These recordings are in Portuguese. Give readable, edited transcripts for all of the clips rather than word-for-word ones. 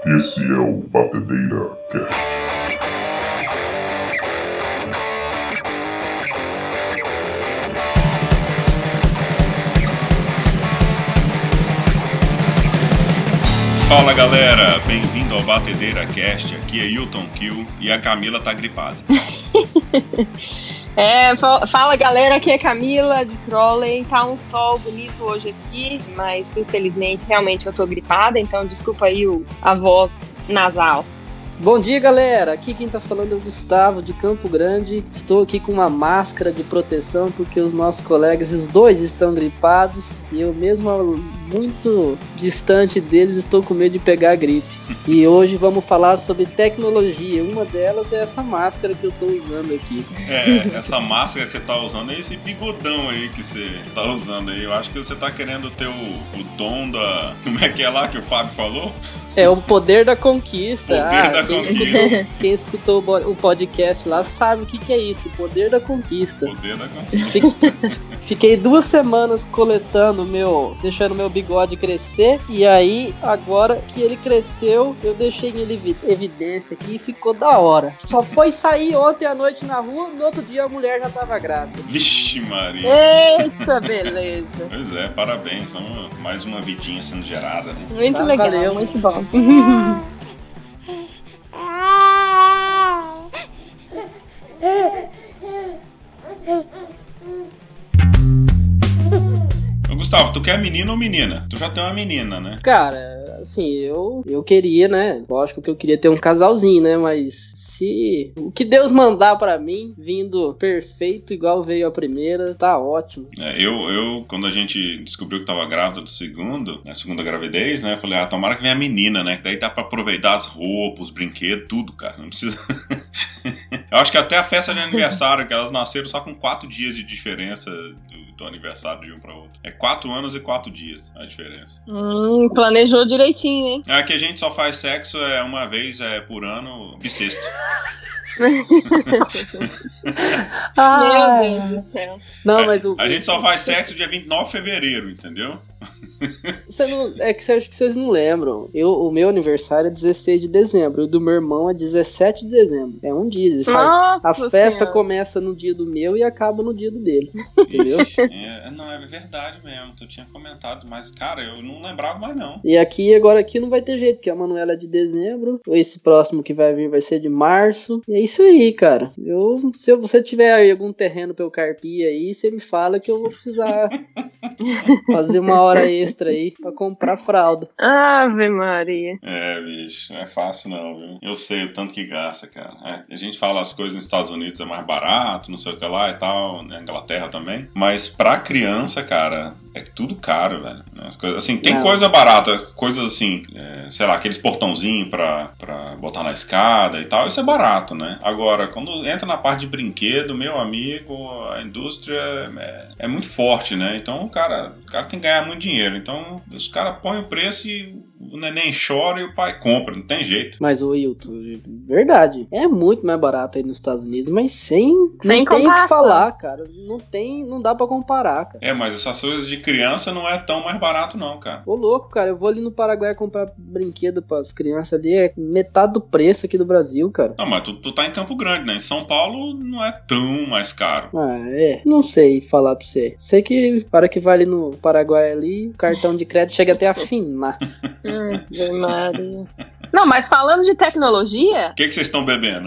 Esse é o Batedeira Cast. Fala galera, bem-vindo ao Batedeira Cast, aqui é Hilton Kill e a Camila tá gripada. Fala galera, aqui é Camila de Crowley. Tá um sol bonito hoje aqui, mas infelizmente realmente eu tô gripada, então desculpa aí a voz nasal. Bom dia galera, aqui quem tá falando é o Gustavo de Campo Grande. Estou aqui com uma máscara de proteção porque os nossos colegas, os dois estão gripados e eu mesmo muito distante deles estou com medo de pegar a gripe. E hoje vamos falar sobre tecnologia, uma delas é essa máscara que eu tô usando aqui. Essa máscara que você tá usando é esse bigodão aí que você tá usando aí. Eu acho que você tá querendo ter o dom da... Como é que é lá que o Fábio falou? É o poder da conquista. Quem escutou o podcast lá sabe o que é isso, o poder da conquista. Poder da conquista. Fiquei 2 semanas coletando deixando meu bigode crescer, e aí agora que ele cresceu, eu deixei ele em evidência aqui e ficou da hora. Só foi sair ontem à noite na rua, no outro dia a mulher já tava grávida. Vixe Maria. Eita, beleza. Pois é, parabéns, mais uma vidinha sendo gerada, né? Muito legal, valeu. muito bom. Gustavo, tu quer menino ou menina? Tu já tem uma menina, né? Cara, assim, eu queria, né? Lógico que eu queria ter um casalzinho, né? Mas se o que Deus mandar pra mim, vindo perfeito igual veio a primeira, tá ótimo. Eu quando a gente descobriu que tava grávida a segunda gravidez, né? Falei, tomara que venha a menina, né? Que daí dá pra aproveitar as roupas, os brinquedos, tudo, cara. Não precisa... Eu acho que até a festa de aniversário, que elas nasceram só com 4 dias de diferença do aniversário de um pra outro. É 4 anos e 4 dias a diferença. Planejou direitinho, hein? É que a gente só faz sexo uma vez por ano, bissexto. Meu Deus do céu. Não, mas a gente só faz sexo dia 29 de fevereiro, entendeu? Acho que vocês não lembram. O meu aniversário é 16 de dezembro. O do meu irmão é 17 de dezembro. É um dia. A festa começa no dia do meu e acaba no dia do dele. Entendeu? Não, é verdade mesmo. Tu tinha comentado, mas, cara, eu não lembrava mais, não. E agora aqui não vai ter jeito, porque a Manuela é de dezembro. Esse próximo que vai vir vai ser de março. E é isso aí, cara. Se você tiver aí algum terreno pra eu carpir aí, você me fala que eu vou precisar fazer uma hora extra aí pra comprar fralda. Ave Maria. Bicho, não é fácil não, viu? Eu sei o tanto que gasta, cara. A gente fala as coisas nos Estados Unidos é mais barato, não sei o que lá e tal, na Inglaterra também. Mas pra criança, cara, é tudo caro, velho. As coisas, assim, tem coisa barata, coisas assim, sei lá, aqueles portãozinhos pra botar na escada e tal, isso é barato, né? Agora, quando entra na parte de brinquedo, meu amigo, a indústria é muito forte, né? Então o cara tem que ganhar muito dinheiro. Então os caras põem o preço e o neném chora e o pai compra, não tem jeito. Mas, Hilton, verdade, é muito mais barato aí nos Estados Unidos, mas não tem o que falar, cara. Não dá pra comparar, cara. Mas essas coisas de criança não é tão mais barato não, cara. Ô louco, cara, eu vou ali no Paraguai comprar brinquedo pras crianças ali, é metade do preço aqui do Brasil, cara. Não, mas tu tá em Campo Grande, né? Em São Paulo não é tão mais caro. Não sei falar pra você. Sei que para que vai ali no Paraguai ali, o cartão de crédito chega até a afinar. Maria. Não, mas falando de tecnologia... O que vocês estão bebendo?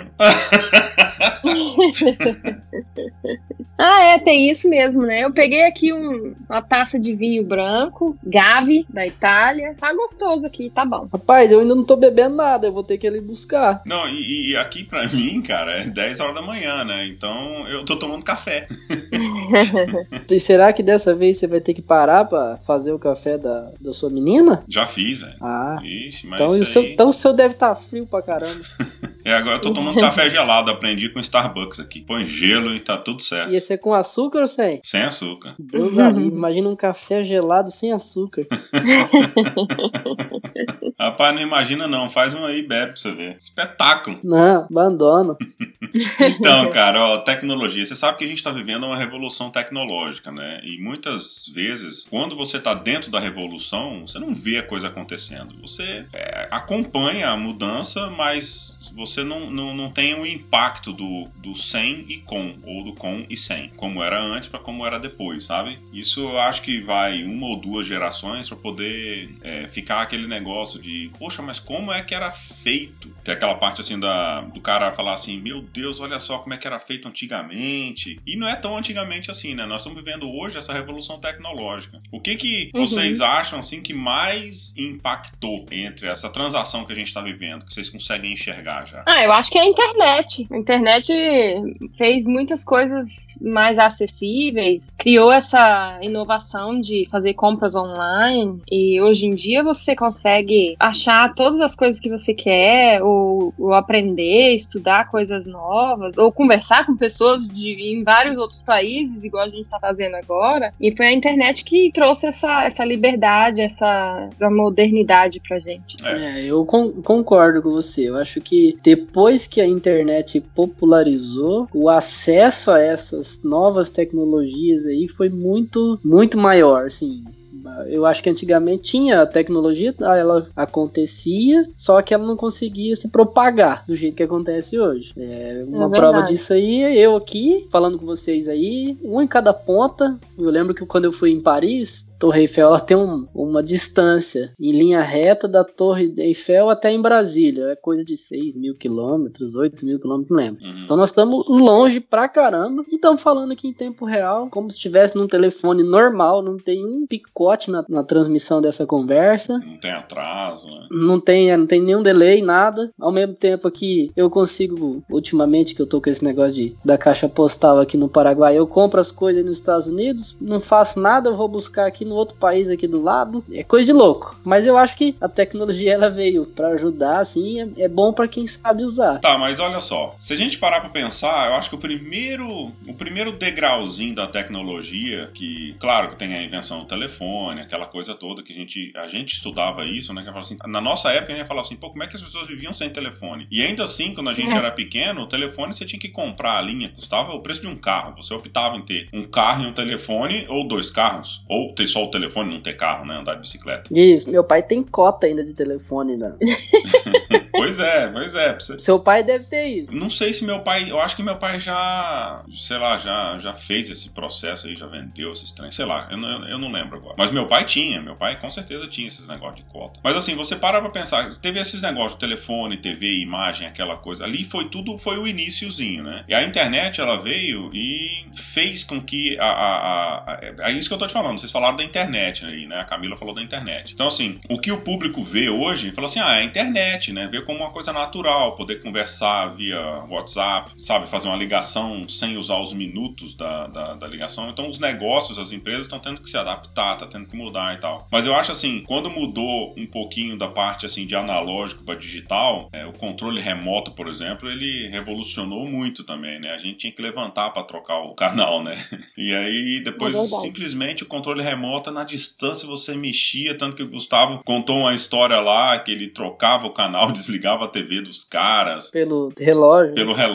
Tem isso mesmo, né? Eu peguei aqui uma taça de vinho branco, Gavi, da Itália. Tá gostoso aqui, tá bom. Rapaz, eu ainda não tô bebendo nada, eu vou ter que ir ali buscar. Não, e aqui pra mim, cara, é 10 horas da manhã, né? Então eu tô tomando café. E será que dessa vez você vai ter que parar pra fazer o café da sua menina? Já fiz, velho. Ixi, mas então o seu deve estar frio pra caramba. Agora eu tô tomando café gelado, aprendi com Starbucks aqui. Põe gelo e tá tudo certo. E esse é com açúcar ou sem? Sem açúcar. Deus ali, imagina um café gelado sem açúcar. Rapaz, não imagina não, faz um aí e bebe pra você ver. Espetáculo. Não, abandona. Então, cara, ó, tecnologia. Você sabe que a gente está vivendo uma revolução tecnológica, né? E muitas vezes, quando você está dentro da revolução, você não vê a coisa acontecendo. Você acompanha a mudança, mas você não tem o impacto do sem e com, ou do com e sem, como era antes para como era depois, sabe? Isso eu acho que vai 1 ou 2 gerações para poder ficar aquele negócio de, poxa, mas como é que era feito? Tem aquela parte assim do cara falar assim, meu Deus, olha só como é que era feito antigamente. E não é tão antigamente assim, né? Nós estamos vivendo hoje essa revolução tecnológica. O que vocês acham assim que mais impactou entre essa transação que a gente está vivendo, que vocês conseguem enxergar já? Eu acho que é a internet. A internet fez muitas coisas mais acessíveis, criou essa inovação de fazer compras online, e hoje em dia você consegue achar todas as coisas que você quer, ou aprender, estudar coisas novas, ou conversar com pessoas em vários outros países, igual a gente está fazendo agora. E foi a internet que trouxe essa liberdade, essa modernidade pra gente. Eu concordo com você. Eu acho que depois que a internet popularizou, o acesso a essas novas tecnologias aí foi muito, muito maior, assim. Eu acho que antigamente tinha a tecnologia, ela acontecia, só que ela não conseguia se propagar do jeito que acontece hoje. Uma prova disso aí é eu aqui, falando com vocês aí, um em cada ponta. Eu lembro que quando eu fui em Paris, Torre Eiffel, ela tem uma distância em linha reta da Torre Eiffel até em Brasília. É coisa de 6 mil quilômetros, 8 mil quilômetros, não lembro. Então nós estamos longe pra caramba. E estamos falando aqui em tempo real, como se estivesse num telefone normal, não tem um picote na transmissão dessa conversa. Não tem atraso, né? Não tem nenhum delay, nada. Ao mesmo tempo que eu consigo, ultimamente que eu tô com esse negócio da caixa postal aqui no Paraguai, eu compro as coisas nos Estados Unidos, não faço nada, eu vou buscar aqui no outro país aqui do lado. É coisa de louco. Mas eu acho que a tecnologia ela veio pra ajudar, assim, é bom pra quem sabe usar. Tá, mas olha só, se a gente parar pra pensar, eu acho que o primeiro degrauzinho da tecnologia, que claro que tem a invenção do telefone, aquela coisa toda que a gente estudava isso, né? Que assim, na nossa época a gente ia falar assim, pô, como é que as pessoas viviam sem telefone? E ainda assim, quando a gente era pequeno, o telefone você tinha que comprar a linha, custava o preço de um carro. Você optava em ter um carro e um telefone, ou 2 carros, ou ter só o telefone e não ter carro, né? Andar de bicicleta. Isso, meu pai tem cota ainda de telefone, né? Pois é. Seu pai deve ter isso. Não sei se meu pai, eu acho que meu pai já, sei lá, já fez esse processo aí, já vendeu esses trem, sei lá, eu não lembro agora. Mas meu pai com certeza tinha esses negócios de cota. Mas assim, você para pra pensar, teve esses negócios de telefone, TV, imagem, aquela coisa, ali foi o iniciozinho, né? E a internet, ela veio e fez com que é isso que eu tô te falando, vocês falaram da internet aí, né? A Camila falou da internet. Então assim, o que o público vê hoje, fala assim, é a internet, né? Vê como uma coisa natural, poder conversar via WhatsApp, sabe? Fazer uma ligação sem usar os minutos da ligação. Então os negócios, as empresas estão tendo que se adaptar, tá tendo que mudar e tal. Mas eu acho assim, quando mudou um pouquinho da parte assim de analógico para digital, o controle remoto, por exemplo, ele revolucionou muito também, né? A gente tinha que levantar para trocar o canal, né? E aí depois simplesmente o controle remoto na distância você mexia, tanto que o Gustavo contou uma história lá que ele trocava o canal, desligava a TV dos caras pelo relógio.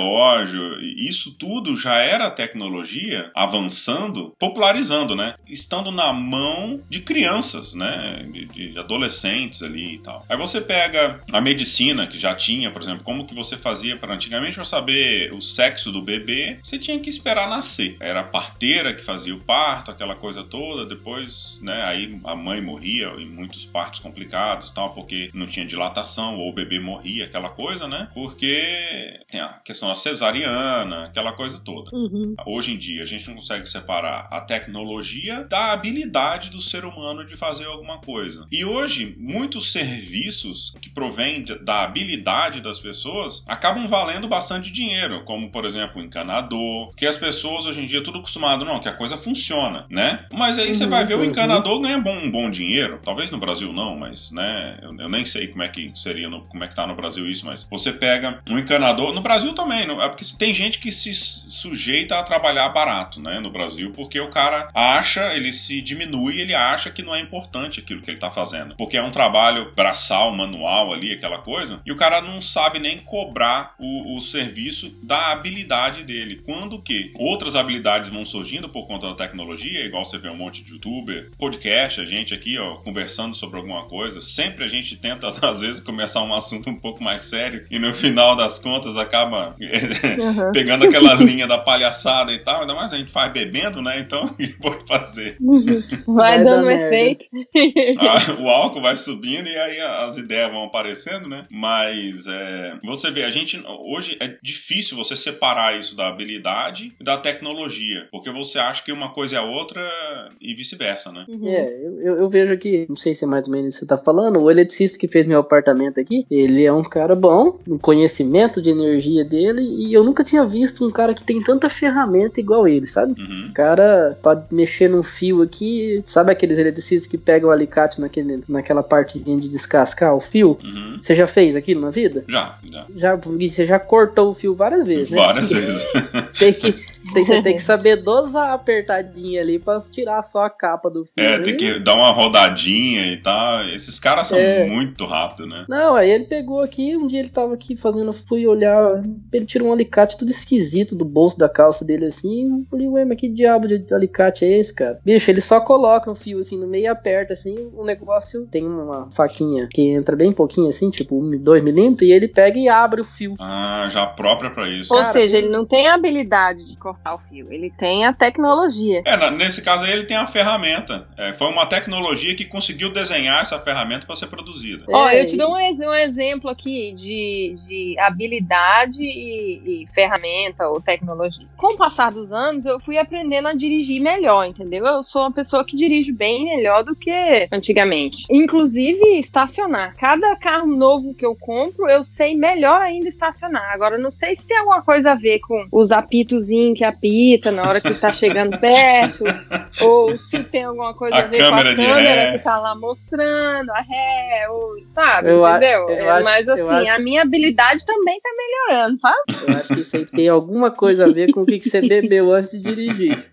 E isso tudo já era tecnologia avançando, popularizando, né? Estando na mão de crianças, né? De adolescentes ali e tal. Aí você pega a medicina, que já tinha, por exemplo, como que você fazia antigamente para saber o sexo do bebê, você tinha que esperar nascer. Era a parteira que fazia o parto, aquela coisa toda, depois, né? Aí a mãe morria em muitos partos complicados e tal, porque não tinha dilatação, ou o bebê morria, aquela coisa, né? Porque tem a questão da cesariana, aquela coisa toda. Hoje em dia, a gente não consegue separar a tecnologia da habilidade do ser humano de fazer alguma coisa. E hoje, muitos serviços que provêm da habilidade das pessoas acabam valendo bastante dinheiro, como, por exemplo, o encanador, que as pessoas hoje em dia tudo acostumado, não, que a coisa funciona, né? Mas aí você vai ver o encanador ganha um bom dinheiro, talvez no Brasil não, mas, né, eu nem sei como é que seria, como é que tá tá no Brasil isso, mas você pega um encanador, no Brasil também, é porque tem gente que se sujeita a trabalhar barato, né, no Brasil, porque o cara acha, ele se diminui, ele acha que não é importante aquilo que ele tá fazendo, porque é um trabalho braçal, manual ali, aquela coisa, e o cara não sabe nem cobrar o serviço da habilidade dele, quando que outras habilidades vão surgindo por conta da tecnologia, igual você vê um monte de youtuber, podcast, a gente aqui, ó, conversando sobre alguma coisa, sempre a gente tenta, às vezes, começar um assunto um pouco mais sério, e no final das contas acaba pegando aquela linha da palhaçada e tal, ainda mais a gente faz bebendo, né, então, o que pode fazer? Vai dando efeito. O álcool vai subindo e aí as ideias vão aparecendo, né, mas você vê, a gente, hoje é difícil você separar isso da habilidade e da tecnologia, porque você acha que uma coisa é a outra e vice-versa, né? Eu vejo aqui, não sei se é mais ou menos isso que você tá falando, o eletricista que fez meu apartamento aqui, ele é um cara bom, no conhecimento de energia dele, e eu nunca tinha visto um cara que tem tanta ferramenta igual ele, sabe? O cara pode mexer num fio aqui, sabe aqueles eletricistas que pegam o alicate naquela partezinha de descascar o fio? Você já fez aquilo na vida? Já. Você já cortou o fio várias vezes, né? Várias vezes. Você tem que saber dosar a apertadinha ali pra tirar só a capa do fio. Tem que dar uma rodadinha e tal. Esses caras são muito rápidos, né? Não, aí ele pegou aqui, um dia ele tava aqui fui olhar, ele tirou um alicate tudo esquisito do bolso da calça dele assim, eu falei, ué, mas que diabo de alicate é esse, cara? Bicho, ele só coloca o fio assim no meio e aperta assim, o negócio tem uma faquinha que entra bem pouquinho assim, tipo 2 milímetros, e ele pega e abre o fio. Já própria pra isso. Ou seja, ele não tem a habilidade de cortar o fio, ele tem a tecnologia. Nesse caso aí ele tem a ferramenta. Foi uma tecnologia que conseguiu desenhar essa ferramenta para ser produzida. Eu te dou um exemplo aqui de habilidade e ferramenta ou tecnologia. Com o passar dos anos, eu fui aprendendo a dirigir melhor, entendeu? Eu sou uma pessoa que dirige bem melhor do que antigamente. Inclusive, estacionar. Cada carro novo que eu compro, eu sei melhor ainda estacionar. Agora, não sei se tem alguma coisa a ver com os apitozinhos que apita na hora que tá chegando perto, ou se tem alguma coisa a ver com a câmera que tá lá mostrando a ré, ou, sabe, entendeu? Mas assim, a minha habilidade também tá melhorando, sabe? Eu acho que isso aí tem alguma coisa a ver com o que você bebeu antes de dirigir.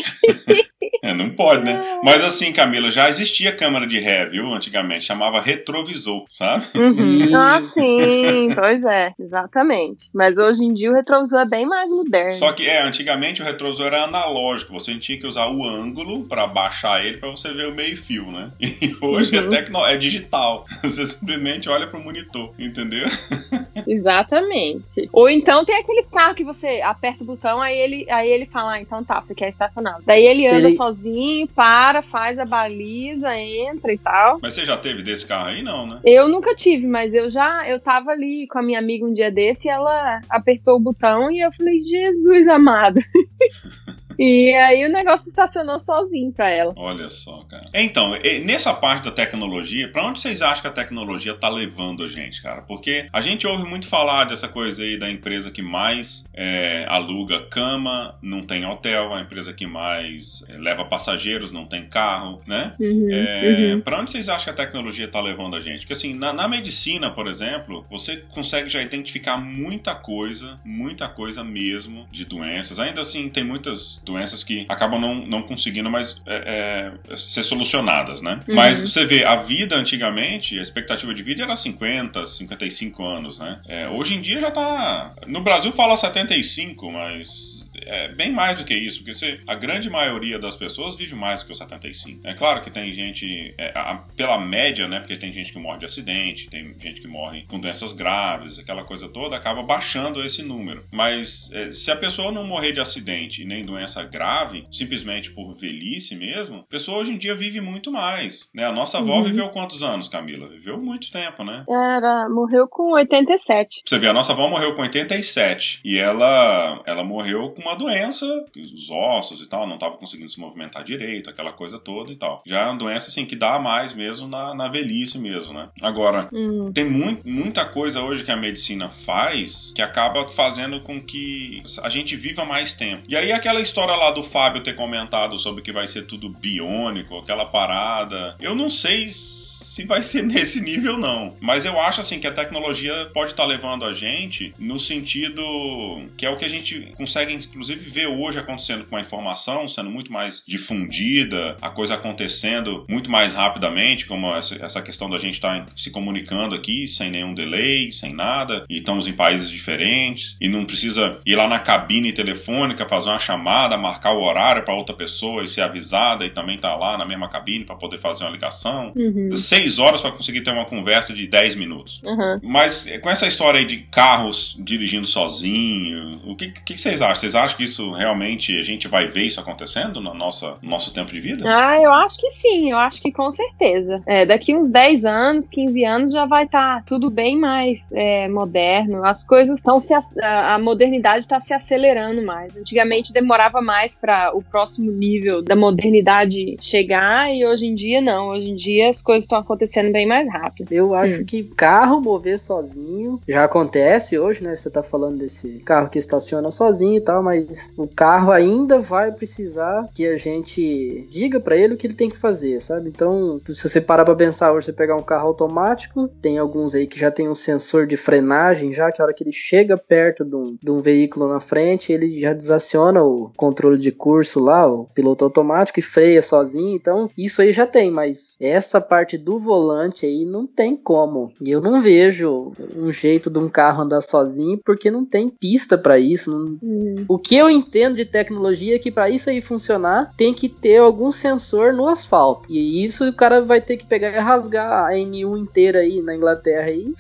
Não pode, né? Mas assim, Camila, já existia câmera de ré, viu? Antigamente, chamava retrovisor, sabe? Sim, pois é, exatamente. Mas hoje em dia o retrovisor é bem mais moderno. Só que, antigamente o retrovisor era analógico, você tinha que usar o ângulo pra baixar ele pra você ver o meio-fio, né? E hoje é digital, você simplesmente olha pro monitor, entendeu? Exatamente. Ou então tem aquele carro que você aperta o botão, aí ele fala, então tá, você quer estacionar. Daí ele anda sozinho, faz a baliza, entra e tal. Mas você já teve desse carro aí, não, né? Eu nunca tive, mas eu tava ali com a minha amiga um dia desse e ela apertou o botão e eu falei, Jesus amado. E aí o negócio estacionou sozinho pra ela. Olha só, cara. Então, nessa parte da tecnologia, pra onde vocês acham que a tecnologia tá levando a gente, cara? Porque a gente ouve muito falar dessa coisa aí da empresa que mais aluga cama, não tem hotel, a empresa que mais leva passageiros, não tem carro, né? Pra onde vocês acham que a tecnologia tá levando a gente? Porque assim, na medicina, por exemplo, você consegue já identificar muita coisa mesmo de doenças. Ainda assim, tem muitas doenças que acabam não conseguindo mais ser solucionadas, né? Mas você vê, a vida antigamente, a expectativa de vida era 50, 55 anos, né? Hoje em dia já tá... No Brasil fala 75, mas... é bem mais do que isso, porque a grande maioria das pessoas vive mais do que os 75. É claro que tem gente, pela média, né, porque tem gente que morre de acidente, tem gente que morre com doenças graves, aquela coisa toda, acaba baixando esse número. Mas se a pessoa não morrer de acidente e nem doença grave, simplesmente por velhice mesmo, a pessoa hoje em dia vive muito mais, né? A nossa avó viveu quantos anos, Camila? Viveu muito tempo, né? Morreu com 87. Você vê, a nossa avó morreu com 87 e ela morreu com uma doença, os ossos e tal, não estava conseguindo se movimentar direito, aquela coisa toda e tal. Já é uma doença, assim, que dá mais mesmo na velhice mesmo, né? Agora, tem muita coisa hoje que a medicina faz que acaba fazendo com que a gente viva mais tempo. E aí aquela história lá do Fábio ter comentado sobre que vai ser tudo biônico, aquela parada, eu não sei se vai ser nesse nível, não. Mas eu acho, assim, que a tecnologia pode estar levando a gente no sentido que é o que a gente consegue, inclusive, ver hoje acontecendo com a informação sendo muito mais difundida, a coisa acontecendo muito mais rapidamente, como essa questão da gente estar se comunicando aqui sem nenhum delay, sem nada, e estamos em países diferentes, e não precisa ir lá na cabine telefônica, fazer uma chamada, marcar o horário para outra pessoa e ser avisada, e também estar lá na mesma cabine para poder fazer uma ligação. 6 horas para conseguir ter uma conversa de 10 minutos. Mas com essa história aí de carros dirigindo sozinho, o que vocês acham? Vocês acham que isso realmente a gente vai ver isso acontecendo no nosso tempo de vida? Eu acho que sim, eu acho que com certeza. Daqui uns 10 anos, 15 anos já vai estar tudo bem mais moderno. As coisas estão a modernidade está se acelerando mais. Antigamente demorava mais para o próximo nível da modernidade chegar e hoje em dia não. Hoje em dia as coisas estão acontecendo bem mais rápido. Eu acho que carro mover sozinho já acontece hoje, né? Você tá falando desse carro que estaciona sozinho e tal, mas o carro ainda vai precisar que a gente diga pra ele o que ele tem que fazer, sabe? Então, se você parar pra pensar hoje, você pegar um carro automático, tem alguns aí que já tem um sensor de frenagem, já que a hora que ele chega perto de um veículo na frente, ele já desaciona o controle de curso lá, o piloto automático, e freia sozinho. Então, isso aí já tem, mas essa parte do volante aí não tem como. E eu não vejo um jeito de um carro andar sozinho, porque não tem pista pra isso. O que eu entendo de tecnologia é que pra isso aí funcionar, tem que ter algum sensor no asfalto. E isso o cara vai ter que pegar e rasgar a N1 inteira aí na Inglaterra aí.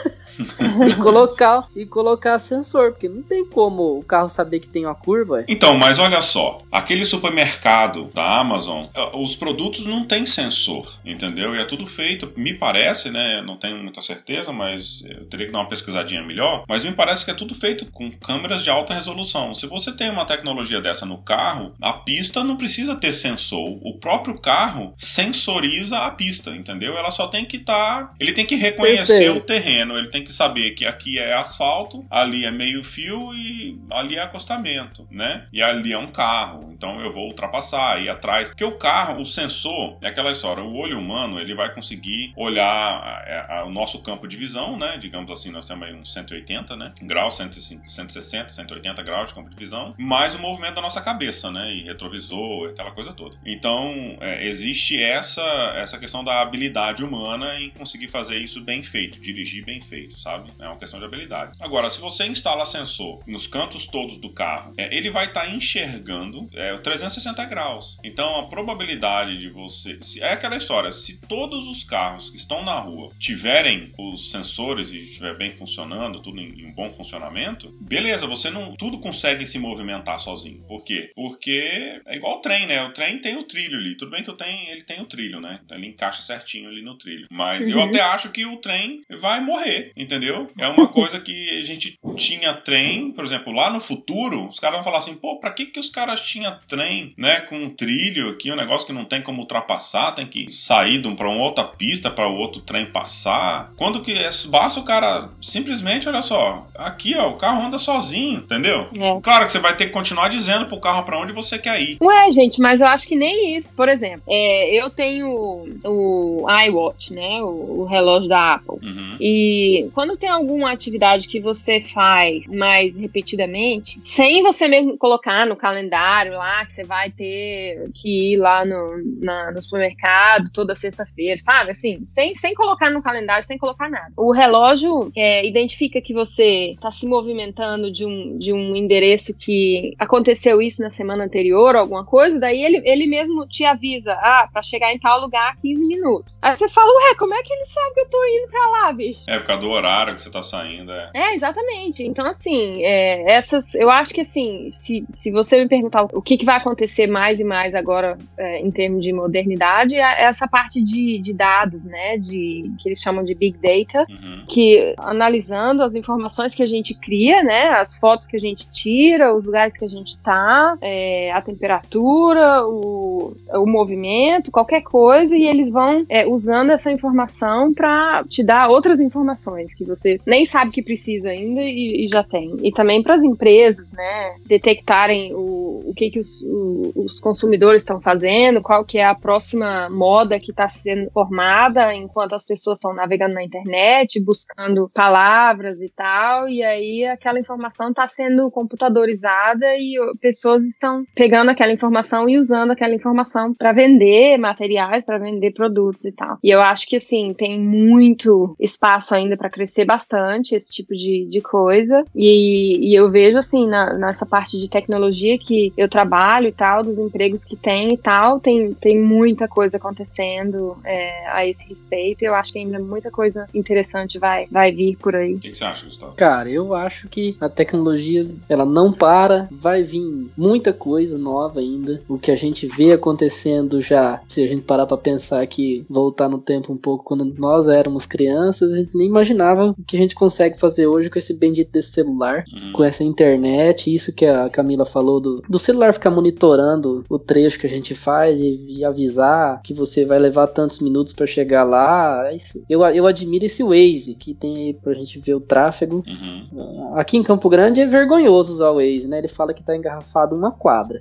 e colocar sensor, porque não tem como o carro saber que tem uma curva. Então, mas olha só, aquele supermercado da Amazon, os produtos não tem sensor, entendeu? E é tudo feito, me parece, né? Não tenho muita certeza, mas eu teria que dar uma pesquisadinha melhor, mas me parece que é tudo feito com câmeras de alta resolução. Se você tem uma tecnologia dessa no carro, a pista não precisa ter sensor. O próprio carro sensoriza a pista, entendeu? Ela só tem que ele tem que reconhecer o terreno, ele tem que saber que aqui é asfalto, ali é meio fio e ali é acostamento, né? E ali é um carro, então eu vou ultrapassar aí atrás. Porque o carro, o sensor, é aquela história, o olho humano, ele vai conseguir olhar o nosso campo de visão, né? Digamos assim, nós temos aí uns 180, né? Graus, 160, 180 graus de campo de visão, mais o movimento da nossa cabeça, né? E retrovisor, aquela coisa toda. Então, existe essa questão da habilidade humana em conseguir fazer isso bem feito, dirigir bem feito, sabe? É uma questão de habilidade. Agora, se você instala sensor nos cantos todos do carro, ele vai estar enxergando 360 graus. Então, a probabilidade de você... É aquela história, se todos os carros que estão na rua tiverem os sensores e estiver bem funcionando, tudo em bom funcionamento, beleza, você não... Tudo consegue se movimentar sozinho. Por quê? Porque é igual o trem, né? O trem tem o trilho ali. Tudo bem que ele tem o trilho, né? Então, ele encaixa certinho ali no trilho. Mas eu até acho que o trem vai morrer, entendeu? É uma coisa que a gente tinha trem, por exemplo, lá no futuro, os caras vão falar assim, pô, pra que os caras tinham trem, né, com um trilho aqui, um negócio que não tem como ultrapassar, tem que sair pra uma outra pista para o outro trem passar. Quando que basta o cara simplesmente, olha só, aqui ó, o carro anda sozinho, entendeu? Claro que você vai ter que continuar dizendo pro carro pra onde você quer ir. Ué, gente, mas eu acho que nem isso. Por exemplo, eu tenho o iWatch, né, o relógio da Apple. E quando tem alguma atividade que você faz mais repetidamente, sem você mesmo colocar no calendário lá, que você vai ter que ir lá no supermercado toda sexta-feira, sabe? Assim, sem colocar no calendário, sem colocar nada. O relógio identifica que você está se movimentando de um endereço que aconteceu isso na semana anterior, alguma coisa, daí ele mesmo te avisa, pra chegar em tal lugar 15 minutos. Aí você fala, ué, como é que ele sabe que eu tô indo pra lá, bicho? Por causa do horário que você tá saindo, exatamente. Então, assim, eu acho que, assim, se você me perguntar o que vai acontecer mais e mais agora em termos de modernidade, é essa parte de dados, né, que eles chamam de Big Data, que analisando as informações que a gente cria, né, as fotos que a gente tira, os lugares que a gente tá, a temperatura, o movimento, qualquer coisa, e eles vão usando essa informação para te dar outras informações. informações que você nem sabe que precisa ainda e já tem. E também para as empresas, né, detectarem o que os consumidores estão fazendo, qual que é a próxima moda que está sendo formada enquanto as pessoas estão navegando na internet, buscando palavras e tal, e aí aquela informação está sendo computadorizada e pessoas estão pegando aquela informação e usando aquela informação para vender materiais, para vender produtos e tal. E eu acho que, assim, tem muito espaço ainda para crescer bastante esse tipo de coisa, e eu vejo, assim, nessa parte de tecnologia que eu trabalho e tal, dos empregos que tem e tal, tem muita coisa acontecendo a esse respeito, e eu acho que ainda muita coisa interessante vai vir por aí. O que você acha, Gustavo? Cara, eu acho que a tecnologia, ela não para, vai vir muita coisa nova ainda. O que a gente vê acontecendo já, se a gente parar pra pensar que voltar no tempo um pouco, quando nós éramos crianças, a gente nem imaginava o que a gente consegue fazer hoje com esse bendito desse celular, com essa internet, isso que a Camila falou do celular ficar monitorando o trecho que a gente faz e avisar que você vai levar tantos minutos pra chegar lá. Eu admiro esse Waze que tem aí pra gente ver o tráfego. Aqui em Campo Grande é vergonhoso usar o Waze, né? Ele fala que tá engarrafado uma quadra.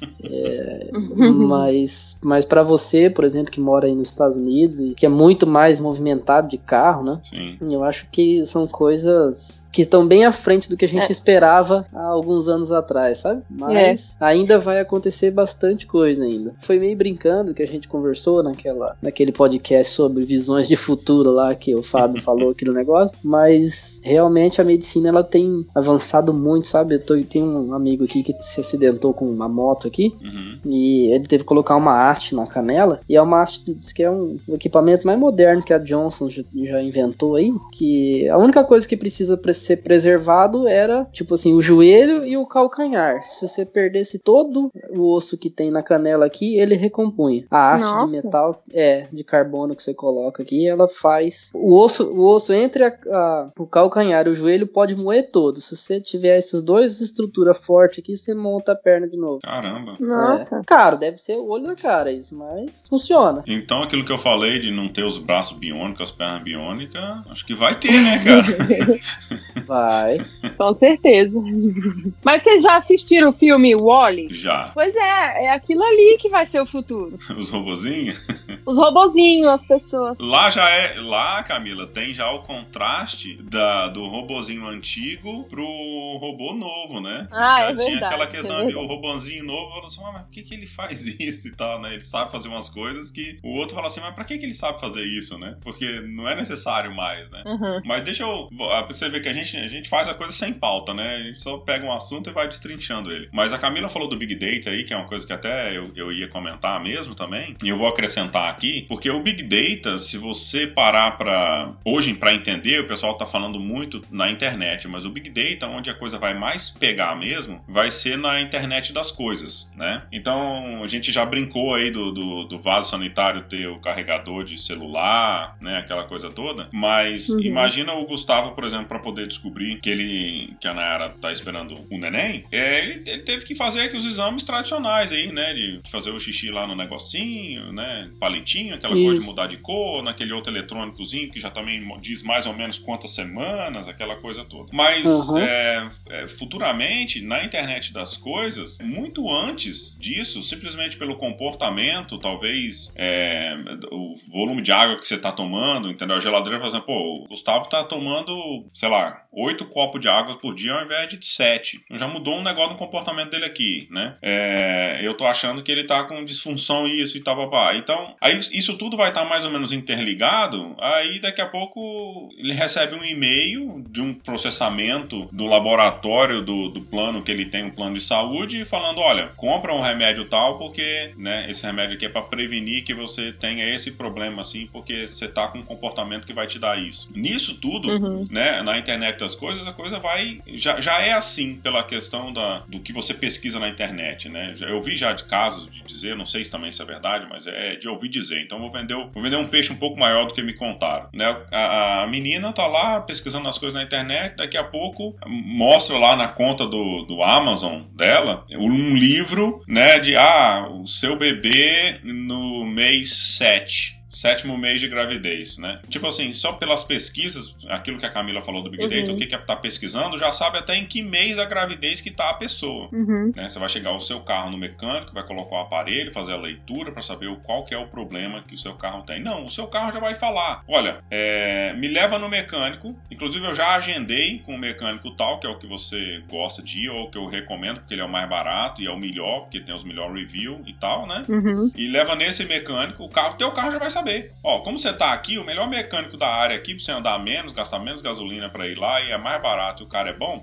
Mas pra você, por exemplo, que mora aí nos Estados Unidos e que é muito mais movimentado de carro, né? Sim. Eu acho que são coisas que estão bem à frente do que a gente esperava há alguns anos atrás, sabe? Mas ainda vai acontecer bastante coisa ainda. Foi meio brincando que a gente conversou naquele podcast sobre visões de futuro lá, que o Fábio falou aquele negócio, mas realmente a medicina ela tem avançado muito, sabe? Tem um amigo aqui que se acidentou com uma moto aqui, e ele teve que colocar uma haste na canela, e é uma haste, diz que é um equipamento mais moderno que a Johnson já inventou aí, que a única coisa que precisa ser preservado era, tipo assim, o joelho e o calcanhar. Se você perdesse todo o osso que tem na canela aqui, ele recompunha. A haste de metal, de carbono que você coloca aqui, ela faz... O osso entre o calcanhar e o joelho pode moer todo. Se você tiver essas duas estruturas fortes aqui, você monta a perna de novo. Caramba. Nossa. Cara, deve ser o olho na cara isso, mas funciona. Então aquilo que eu falei de não ter os braços biônicos, as pernas biônicas, acho que vai ter, né, cara? Vai. Com certeza. Mas vocês já assistiram o filme Wall-E? Já. Pois é aquilo ali que vai ser o futuro. Os robozinhos? Os robozinhos, as pessoas. Lá, Camila, tem já o contraste do robozinho antigo pro robô novo, né? Já verdade. Tinha aquela questão de o robozinho novo, falou assim, mas por que ele faz isso e tal, né? Ele sabe fazer umas coisas que o outro fala assim, mas pra que ele sabe fazer isso, né? Porque não é necessário mais, né? Mas deixa eu... Você vê que a gente faz a coisa sem pauta, né? A gente só pega um assunto e vai destrinchando ele. Mas a Camila falou do Big Data aí, que é uma coisa que até eu ia comentar mesmo também, e eu vou acrescentar aqui, porque o Big Data, se você parar hoje pra entender, o pessoal tá falando muito na internet, mas o Big Data, onde a coisa vai mais pegar mesmo, vai ser na internet das coisas, né? Então, a gente já brincou aí do vaso sanitário ter o carregador de celular, né? Aquela coisa toda, mas imagina o Gustavo, por exemplo, pra poder descobrir que a Nayara tá esperando o neném, ele teve que fazer aqui os exames tradicionais aí, né? De fazer o xixi lá no negocinho, né? Palitinho, aquela coisa de mudar de cor, naquele outro eletrônicozinho que já também diz mais ou menos quantas semanas, aquela coisa toda. Mas futuramente, na internet das coisas, muito antes disso, simplesmente pelo comportamento, talvez o volume de água que você tá tomando, entendeu? A geladeira, por exemplo, o Gustavo tá tomando, sei lá, 8 copos de água por dia ao invés de 7. Já mudou um negócio no comportamento dele aqui, né? Eu tô achando que ele tá com disfunção isso e tal, papá. Então, aí isso tudo vai estar mais ou menos interligado, aí daqui a pouco ele recebe um e-mail de um processamento do laboratório do plano que ele tem, um plano de saúde, falando, olha, compra um remédio tal, porque, né, esse remédio aqui é pra prevenir que você tenha esse problema, assim, porque você tá com um comportamento que vai te dar isso. Nisso tudo, né, na internet das coisas, a coisa vai... Já é assim, pela questão do que você pesquisa na internet, né? Eu vi já de casos de dizer, não sei se também isso é verdade, mas é de ouvir dizer. Então vou vender um peixe um pouco maior do que me contaram, né? A menina tá lá pesquisando as coisas na internet, daqui a pouco mostra lá na conta do Amazon dela um livro, né, de o seu bebê no mês 7. 7º mês de gravidez, né? Tipo assim, só pelas pesquisas, aquilo que a Camila falou do Big Data, o que tá pesquisando, já sabe até em que mês da gravidez que tá a pessoa. Né? Você vai chegar o seu carro no mecânico, vai colocar o aparelho, fazer a leitura para saber qual que é o problema que o seu carro tem. Não, o seu carro já vai falar, olha, me leva no mecânico, inclusive eu já agendei com o mecânico tal, que é o que você gosta de ir, ou que eu recomendo, porque ele é o mais barato e é o melhor, porque tem os melhores reviews e tal, né? E leva nesse mecânico, teu carro já vai saber. Ó, como você tá aqui, o melhor mecânico da área aqui, pra você andar menos, gastar menos gasolina pra ir lá, e é mais barato e o cara é bom,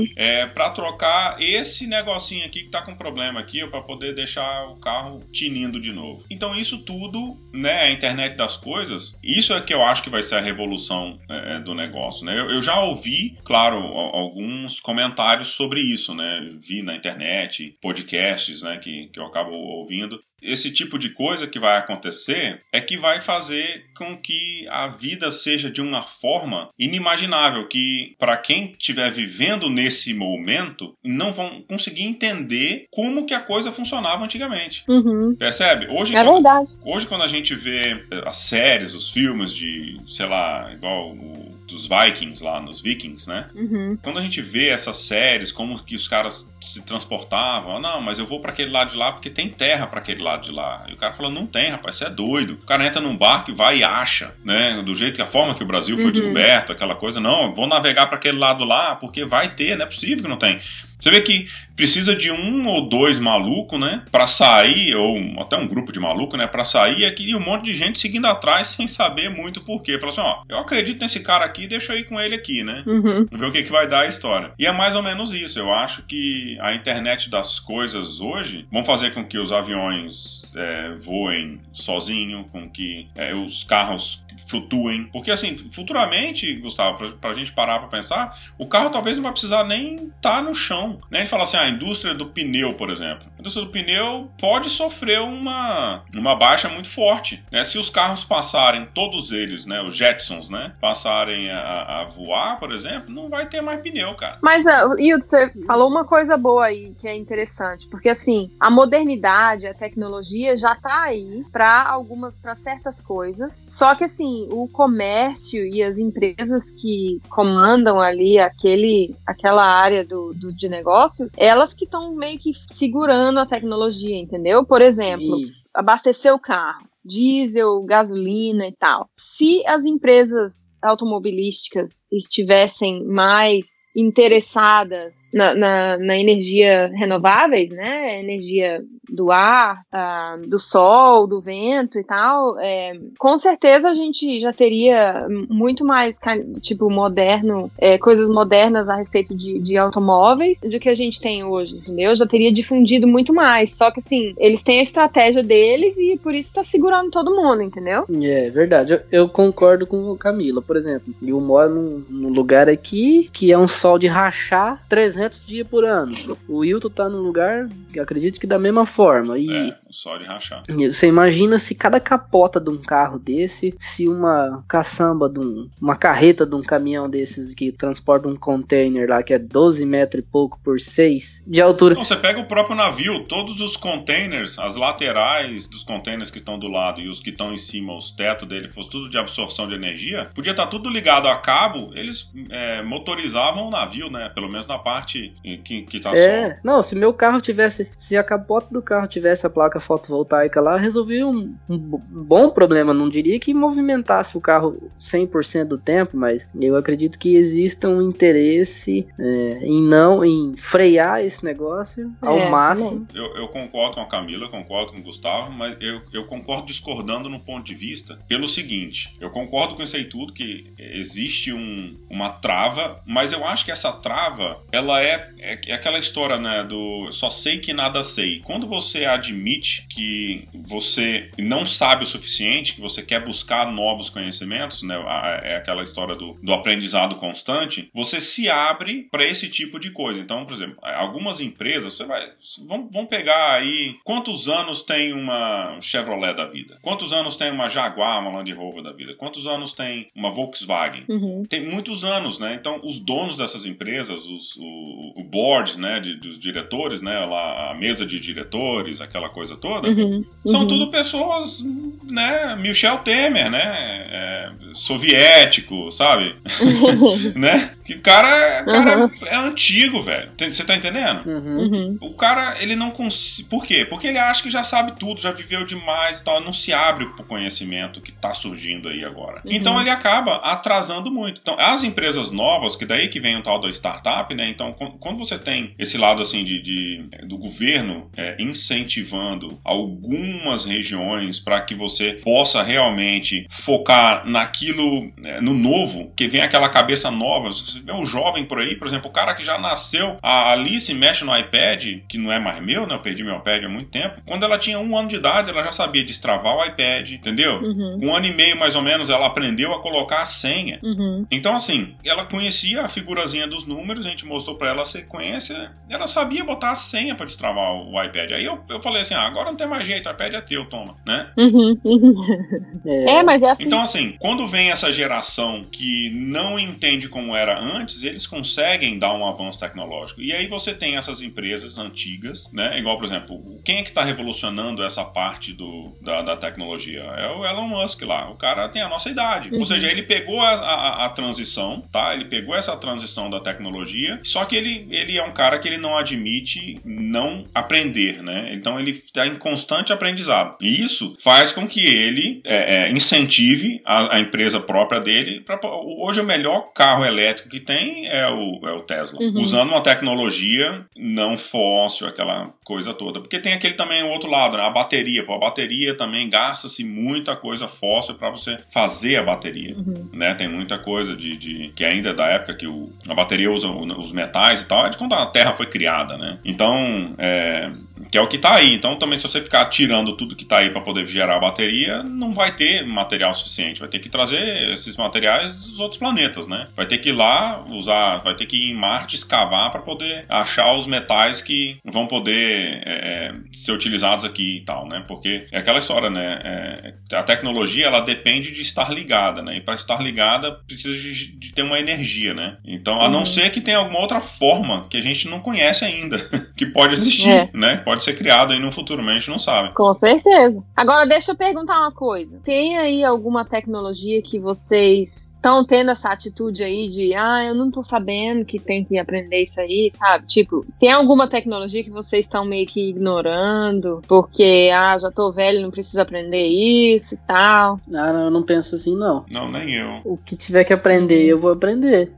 é pra trocar esse negocinho aqui que tá com problema aqui, pra poder deixar o carro tinindo de novo. Então isso tudo, né, a internet das coisas, isso é que eu acho que vai ser a revolução do negócio, né? Eu já ouvi, claro, alguns comentários sobre isso, né? Vi na internet, podcasts, né, que eu acabo ouvindo. Esse tipo de coisa que vai acontecer é que vai fazer com que a vida seja de uma forma inimaginável, que para quem estiver vivendo nesse momento, não vão conseguir entender como que a coisa funcionava antigamente. Percebe? Hoje, verdade. Hoje, quando a gente vê as séries, os filmes de, sei lá, igual dos Vikings lá, nos Vikings, né? Quando a gente vê essas séries, como que os caras se transportavam, não, mas eu vou pra aquele lado de lá porque tem terra pra aquele lado de lá. E o cara fala, não tem, rapaz, você é doido. O cara entra num barco e vai e acha, né? Do jeito que a forma que o Brasil foi descoberto, aquela coisa, não, eu vou navegar pra aquele lado lá porque vai ter, não é possível que não tem. Você vê que precisa de 1 ou 2 malucos, né, pra sair, ou até um grupo de malucos, né, pra sair aqui, e um monte de gente seguindo atrás sem saber muito porquê. Fala assim, ó, eu acredito nesse cara aqui, deixa eu ir com ele aqui, né, ver o que vai dar a história. E é mais ou menos isso. Eu acho que a internet das coisas hoje vão fazer com que os aviões voem sozinho, com que os carros flutuem. Porque, assim, futuramente, Gustavo, pra gente parar pra pensar, o carro talvez não vai precisar nem estar no chão. Né? A gente fala assim, a indústria do pneu, por exemplo. A indústria do pneu pode sofrer uma baixa muito forte. Né? Se os carros passarem, todos eles, né, os Jetsons, né, passarem a voar, por exemplo, não vai ter mais pneu, cara. Mas, Hildo, você falou uma coisa boa aí, que é interessante. Porque, assim, a modernidade, a tecnologia já tá aí para certas coisas. Só que, assim, o comércio e as empresas que comandam ali aquela área de negócios, elas que estão meio que segurando a tecnologia, entendeu? Por exemplo, abastecer o carro, diesel, gasolina e tal. Se as empresas automobilísticas estivessem mais interessadas na energia renováveis, né? Energia do ar, do sol, do vento e tal, com certeza a gente já teria muito mais, tipo, moderno, coisas modernas a respeito de automóveis do que a gente tem hoje, entendeu? Já teria difundido muito mais, só que assim, eles têm a estratégia deles e por isso tá segurando todo mundo, entendeu? É verdade, eu concordo com a Camila, por exemplo, eu moro num lugar aqui que é um sol de rachar 300 dias por ano. O Wilton tá num lugar, acredito que da mesma forma. E sol de rachar. Você imagina se cada capota de um carro desse, se uma caçamba uma carreta de um caminhão desses que transporta um container lá que é 12 metros e pouco por 6 de altura. Não, você pega o próprio navio, todos os containers, as laterais dos containers que estão do lado e os que estão em cima, os tetos dele, fosse tudo de absorção de energia, podia estar tudo ligado a cabo, eles motorizavam o navio, né? Pelo menos na parte que tá só. Não, se meu carro tivesse, se a capota do carro tivesse a placa fotovoltaica lá, resolvia um bom problema. Não diria que movimentasse o carro 100% do tempo, mas eu acredito que exista um interesse em frear esse negócio ao máximo. Eu concordo com a Camila, concordo com o Gustavo, mas eu concordo discordando no ponto de vista pelo seguinte, eu concordo com isso aí tudo, que existe uma trava, mas eu acho que essa trava, ela é aquela história, né, do só sei que nada sei. Quando você admite que você não sabe o suficiente, que você quer buscar novos conhecimentos, né, é aquela história do aprendizado constante, você se abre para esse tipo de coisa. Então, por exemplo, algumas empresas, vamos pegar aí, quantos anos tem uma Chevrolet da vida? Quantos anos tem uma Jaguar, uma Land Rover da vida? Quantos anos tem uma Volkswagen? Tem muitos anos, né? Então, os donos dessas empresas, o board, né, dos diretores, né, lá, a mesa de diretores, aquela coisa toda, são tudo pessoas, né, Michel Temer, né, soviético, sabe? Né? Que o cara é antigo, velho. Você tá entendendo? O cara, ele não consegue... Por quê? Porque ele acha que já sabe tudo, já viveu demais e tal, não se abre pro conhecimento que tá surgindo aí agora. Então ele acaba atrasando muito. Então, as empresas novas, que daí que vem o tal da startup, né? Então, quando você tem esse lado, assim, do governo incentivando algumas regiões para que você possa realmente focar naquilo, no novo, que vem aquela cabeça nova. Você vê um jovem por aí, por exemplo, o cara que já nasceu, a Alice mexe no iPad, que não é mais meu, né? Eu perdi meu iPad há muito tempo. Quando ela tinha 1 ano de idade, ela já sabia destravar o iPad, entendeu? Com 1 ano e meio, mais ou menos, ela aprendeu a colocar a senha. Então, assim, ela conhecia a figurazinha dos números, a gente mostrou pra ela a sequência, ela sabia botar a senha pra destravar o iPad. Aí eu falei assim, agora não tem mais jeito, o iPad é teu, toma, né? Mas é assim. Então, assim, quando vem essa geração que não entende como era antes, eles conseguem dar um avanço tecnológico. E aí você tem essas empresas antigas, né? Igual, por exemplo, quem é que tá revolucionando essa parte da tecnologia? É o Elon Musk lá. O cara tem a nossa idade. Ou seja, ele pegou a transição, tá? Ele pegou essa transição da tecnologia, só que ele é um cara que ele não admite não aprender, né? Então ele está em constante aprendizado. E isso faz com que ele incentive a empresa própria dele. Hoje o melhor carro elétrico que tem é o Tesla. Usando uma tecnologia não fóssil, aquela coisa toda. Porque tem aquele também o outro lado, né? A bateria. A bateria também gasta-se muita coisa fóssil para você fazer a bateria. Né? Tem muita coisa que ainda é da época que a bateria usa os metais e tal, é de quando a Terra foi criada, né? Então, que é o que tá aí. Então, também, se você ficar tirando tudo que tá aí para poder gerar a bateria, não vai ter material suficiente. Vai ter que trazer esses materiais dos outros planetas, né? Vai ter que ir lá usar, vai ter que ir em Marte escavar para poder achar os metais que vão poder ser utilizados aqui e tal, né? Porque é aquela história, né? A tecnologia, ela depende de estar ligada, né? E para estar ligada, precisa de ter uma energia, né? Então, a não ser que tenha alguma outra forma que a gente não conhece ainda, que pode existir, né? Pode ser criado aí no futuro, mas a gente não sabe. Com certeza. Agora, deixa eu perguntar uma coisa. Tem aí alguma tecnologia que vocês estão tendo essa atitude aí de eu não tô sabendo que tem que aprender isso aí, sabe? Tipo, tem alguma tecnologia que vocês estão meio que ignorando porque, já tô velho, não preciso aprender isso e tal? Não, eu não penso assim, não. Não, nem eu. O que tiver que aprender, eu vou aprender.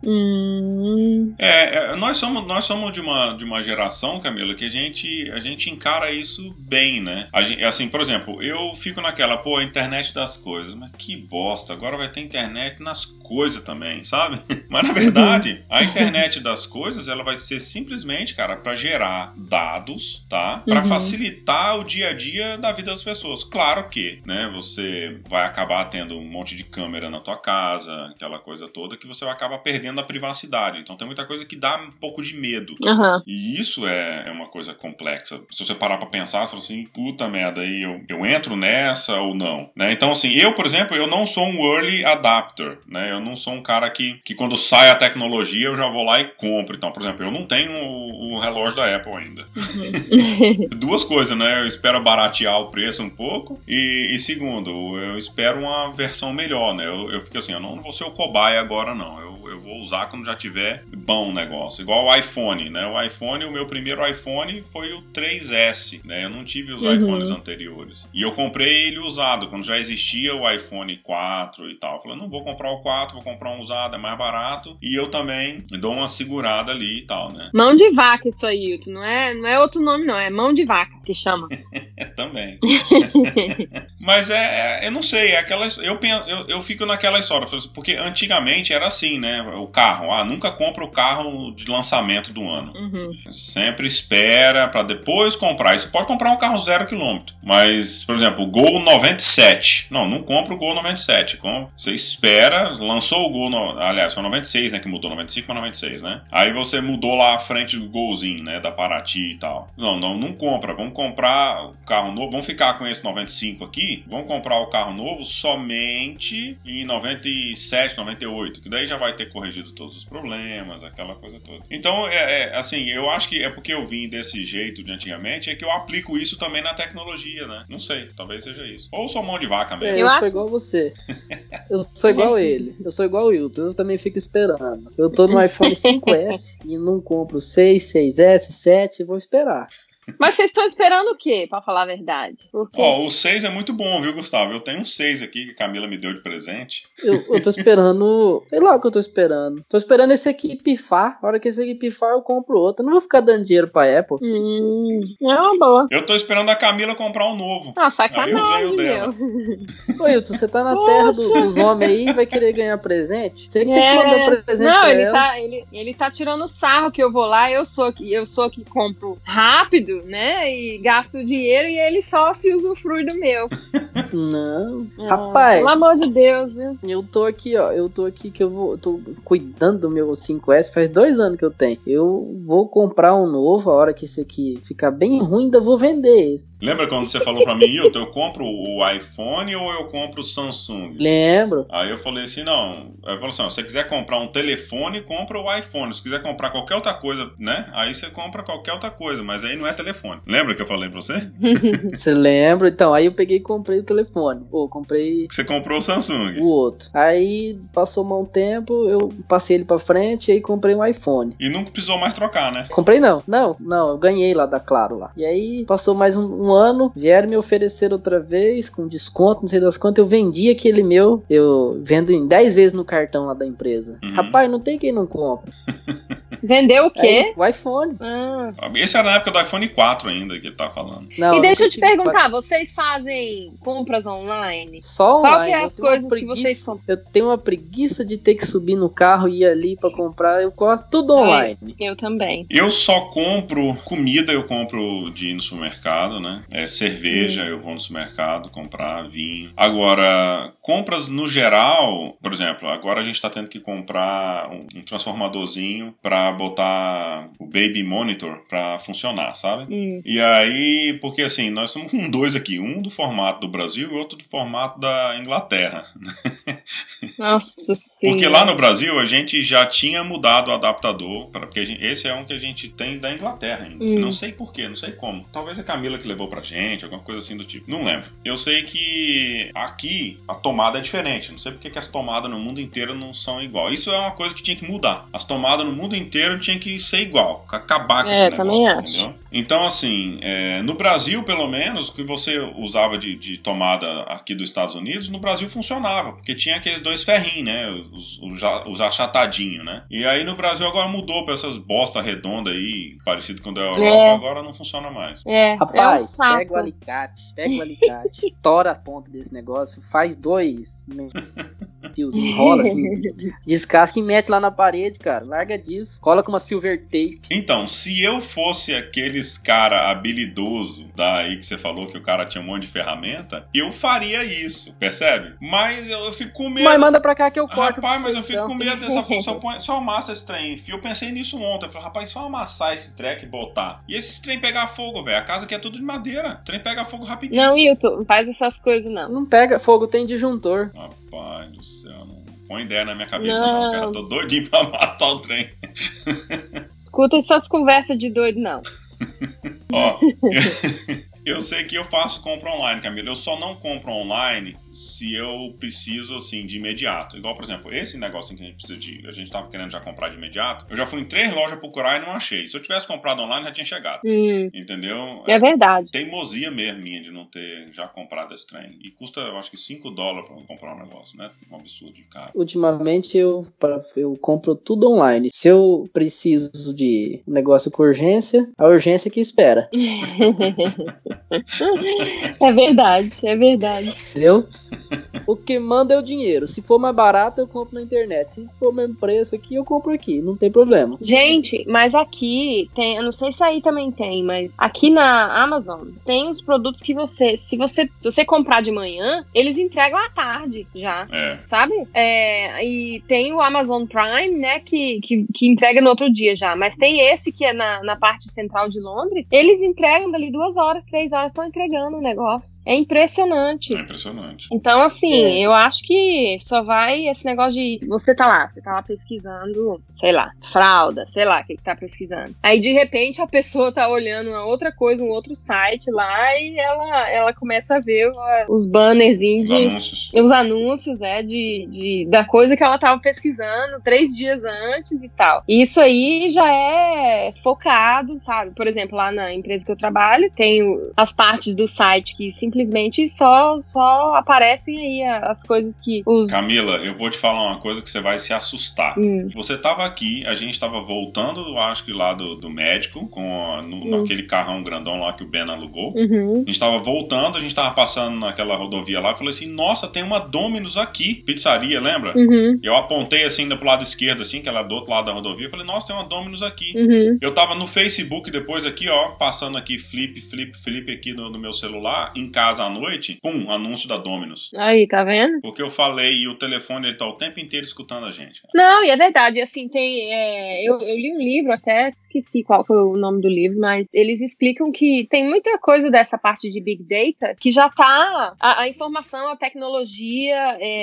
Nós somos de uma geração, Camila, que a gente encara isso bem, né? Assim, por exemplo, eu fico naquela, a internet das coisas, mas que bosta, agora vai ter internet nas coisas também, sabe? Mas na verdade, a internet das coisas, ela vai ser simplesmente, cara, para gerar dados, tá? Para facilitar o dia a dia da vida das pessoas. Claro que, né, você vai acabar tendo um monte de câmera na tua casa, aquela coisa toda, que você vai acabar perdendo a privacidade. Então tem muita coisa que dá um pouco de medo. E isso é uma coisa complexa. Se você parar pra pensar, você fala assim, puta merda, aí eu entro nessa ou não, né? Então, assim, eu, por exemplo, eu não sou um early adapter, né? Eu não sou um cara que quando sai a tecnologia eu já vou lá e compro. Então, por exemplo, eu não tenho o relógio da Apple ainda. Duas coisas, né? Eu espero baratear o preço um pouco e segundo, eu espero uma versão melhor, né? Eu fico assim, eu não vou ser o cobaia agora, não. Eu vou usar quando já tiver bom o negócio. Igual o iPhone, né? O meu primeiro iPhone foi o 3S, né? Eu não tive os iPhones anteriores. E eu comprei ele usado, quando já existia o iPhone 4 e tal. Eu falei, não vou comprar o 4, vou comprar um usado, é mais barato. E eu também dou uma segurada ali e tal, né? Mão de vaca isso aí, Hilton. Não é outro nome, não. É mão de vaca que chama. Também. Mas eu não sei, eu fico naquela história, porque antigamente era assim, né? O carro, nunca compra o carro de lançamento do ano. Sempre espera pra depois comprar. E você pode comprar um carro 0 km, mas, por exemplo, o Gol 97. Não compra o Gol 97. Você espera, lançou o Gol, aliás, foi o 96, né? Que mudou 95 para 96, né? Aí você mudou lá a frente do Golzinho, né? Da Paraty e tal. Não compra. Vamos comprar o carro novo, vamos ficar com esse 95 aqui corrigir, vão comprar o carro novo somente em 97, 98, que daí já vai ter corrigido todos os problemas, aquela coisa toda. Então, assim, eu acho que é porque eu vim desse jeito de antigamente, é que eu aplico isso também na tecnologia, né? Não sei, talvez seja isso. Ou sou mão de vaca mesmo. Eu sou igual você. Eu sou igual ele. Eu sou igual o Wilton. Eu também fico esperando. Eu tô no iPhone 5S e não compro 6, 6S, 7, vou esperar. Mas vocês estão esperando o quê, pra falar a verdade? O 6 é muito bom, viu, Gustavo? Eu tenho um 6 aqui que a Camila me deu de presente. Eu tô esperando... Sei lá o que eu tô esperando. Tô esperando esse aqui pifar. A hora que esse aqui pifar, eu compro outro. Eu não vou ficar dando dinheiro pra Apple. É uma boa. Eu tô esperando a Camila comprar um novo. Ah, sacanagem, aí eu ganho dela. Ô, Wilton, você tá na terra dos homens aí e vai querer ganhar presente? Você que tem que mandar presente não, pra ele ela. ele tá tirando sarro que eu vou lá, eu sou que compro rápido, né? E gasto o dinheiro e ele só se usufrui do meu. Não. Rapaz. Pelo amor de Deus, viu? Eu tô aqui, ó. Eu tô aqui que eu tô cuidando do meu 5S. Faz 2 anos que eu tenho. Eu vou comprar um novo. A hora que esse aqui ficar bem ruim, ainda vou vender esse. Lembra quando você falou pra mim, Hilton, eu compro o iPhone ou eu compro o Samsung? Lembro. Aí eu falei assim, não. Eu falei assim, ó, se você quiser comprar um telefone, compra o iPhone. Se quiser comprar qualquer outra coisa, né? Aí você compra qualquer outra coisa, mas aí não é telefone. Lembra que eu falei pra você? Você lembra? Então, aí eu peguei e comprei o telefone. Comprei... Você comprou o Samsung. O outro. Aí passou um tempo, eu passei ele pra frente e aí comprei um iPhone. E nunca precisou mais trocar, né? Comprei não, eu ganhei lá da Claro lá. E aí passou mais um ano, vieram me oferecer outra vez, com desconto, não sei das quantas, eu vendi aquele meu, eu vendo em 10 vezes no cartão lá da empresa. Rapaz, não tem quem não compra. Vendeu o quê? O iPhone. Esse era na época do iPhone 4 ainda que ele tá falando. Não, e deixa eu te perguntar, vocês fazem compras online? Só online. Qual que é as coisas que vocês compram? Eu tenho uma preguiça de ter que subir no carro e ir ali pra comprar. Eu gosto tudo online. Eu também. Eu só compro comida, eu compro de ir no supermercado, né? Cerveja, eu vou no supermercado comprar, vinho. Agora, compras no geral, por exemplo, agora a gente tá tendo que comprar um transformadorzinho pra botar o Baby Monitor pra funcionar, sabe? E aí, porque assim, nós estamos com 2 aqui, um do formato do Brasil e outro do formato da Inglaterra. Nossa Senhora. Porque lá no Brasil a gente já tinha mudado o adaptador, porque esse é um que a gente tem da Inglaterra ainda. Não sei porquê, não sei como. Talvez a Camila que levou pra gente, alguma coisa assim do tipo. Não lembro. Eu sei que aqui a tomada é diferente. Não sei porque que as tomadas no mundo inteiro não são igual. Isso é uma coisa que tinha que mudar. As tomadas no mundo inteiro tinham que ser igual. Acabar com esse negócio, entendeu? Então, assim, no Brasil, pelo menos, o que você usava de tomada aqui dos Estados Unidos, no Brasil funcionava, porque tinha aqueles 2 ferrinhos, né? Os achatadinhos, né? E aí no Brasil agora mudou pra essas bosta redonda aí, parecido com o da Europa, agora não funciona mais. Rapaz, pega o alicate, tora a ponta desse negócio, faz 2 fios, enrola assim, descasca e mete lá na parede, cara. Larga disso, cola com uma silver tape. Então, se eu fosse aqueles cara habilidoso daí que você falou que o cara tinha um monte de ferramenta, eu faria isso, percebe? Mas eu fico com medo. Mas manda pra cá que eu corto. Rapaz, mas eu fico com medo dessa só amassa esse trem em fio. Eu pensei nisso ontem. Eu falei, rapaz, se eu amassar esse treco e botar. E esse trem pegar fogo, velho. A casa aqui é tudo de madeira. O trem pega fogo rapidinho. Não, Hilton, não faz essas coisas, não. Não pega fogo, tem disjuntor. Rapaz do céu, não põe ideia na minha cabeça, não, cara. Eu tô doidinho pra amassar o trem. Escuta essas conversas de doido, não. Ó, eu sei que eu faço compra online, Camila. Eu só não compro online se eu preciso, assim, de imediato. Igual, por exemplo, esse negócio que a gente precisa de... A gente tava querendo já comprar de imediato. Eu já fui em 3 lojas procurar e não achei. Se eu tivesse comprado online, já tinha chegado. Entendeu? É verdade. Teimosia mesmo minha de não ter já comprado esse trem. E custa, eu acho que $5 pra comprar um negócio, né? Um absurdo de caro. Ultimamente, eu compro tudo online. Se eu preciso de um negócio com urgência, a urgência que espera. É verdade, é verdade. Entendeu? O que manda é o dinheiro. Se for mais barato, eu compro na internet. Se for o mesmo preço aqui, eu compro aqui. Não tem problema. Gente, mas aqui tem, eu não sei se aí também tem, mas aqui na Amazon tem os produtos que se você comprar de manhã, eles entregam à tarde já, sabe? E tem o Amazon Prime, né, que entrega no outro dia já, mas tem esse que é na parte central de Londres, eles entregam dali 2 horas, 3 horas, estão entregando o negócio. É impressionante. É impressionante. Então, assim, eu acho que só vai esse negócio de você tá lá pesquisando, sei lá, fralda, sei lá, o que tá pesquisando. Aí, de repente, a pessoa tá olhando uma outra coisa, um outro site lá, e ela começa a ver os bannerzinhos os anúncios, da coisa que ela tava pesquisando 3 dias antes e tal. E isso aí já é focado, sabe? Por exemplo, lá na empresa que eu trabalho, tem as partes do site que simplesmente só aparecem aí as coisas que os... Camila, eu vou te falar uma coisa que você vai se assustar. Você tava aqui, a gente tava voltando, eu acho que lá do médico, naquele carrão grandão lá que o Ben alugou. A gente tava voltando, a gente tava passando naquela rodovia lá, eu falei assim, nossa, tem uma Domino's aqui, pizzaria, lembra? Eu apontei assim pro lado esquerdo, assim, que ela é do outro lado da rodovia, eu falei, nossa, tem uma Domino's aqui. Eu tava no Facebook depois aqui, ó, passando aqui, flip aqui no meu celular, em casa à noite, pum, anúncio da Domino's. Aí, tá vendo? Porque eu falei e o telefone ele tá o tempo inteiro escutando a gente. Não, e é verdade, assim, tem... eu li um livro, até esqueci qual foi o nome do livro, mas eles explicam que tem muita coisa dessa parte de Big Data que já tá... A informação, a tecnologia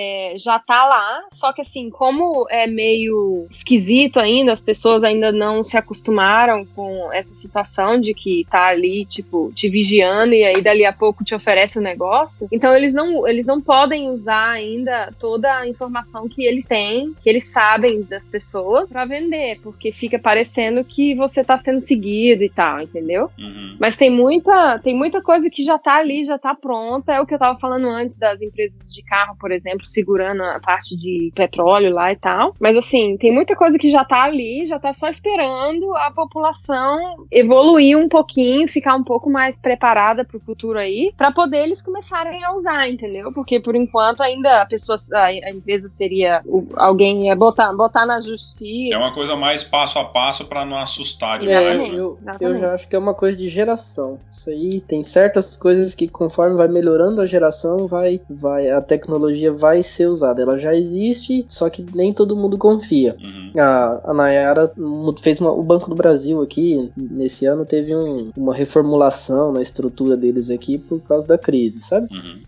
já tá lá, só que assim, como é meio esquisito ainda, as pessoas ainda não se acostumaram com essa situação de que tá ali, tipo, te vigiando e aí dali a pouco te oferece o negócio, então eles não podem usar ainda toda a informação que eles têm, que eles sabem das pessoas pra vender, porque fica parecendo que você tá sendo seguido e tal, entendeu? Mas tem muita coisa que já tá ali, já tá pronta, é o que eu tava falando antes das empresas de carro, por exemplo, segurando a parte de petróleo lá e tal, mas assim, tem muita coisa que já tá ali, já tá só esperando a população evoluir um pouquinho, ficar um pouco mais preparada pro futuro aí, pra poder eles começarem a usar, entendeu? Porque por enquanto ainda a empresa seria alguém ia botar na justiça. É uma coisa mais passo a passo pra não assustar demais, né? Eu já acho que é uma coisa de geração. Isso aí, tem certas coisas que conforme vai melhorando a geração, a tecnologia vai ser usada. Ela já existe, só que nem todo mundo confia. A Nayara fez o Banco do Brasil aqui, nesse ano, teve uma reformulação na estrutura deles aqui por causa da crise, sabe?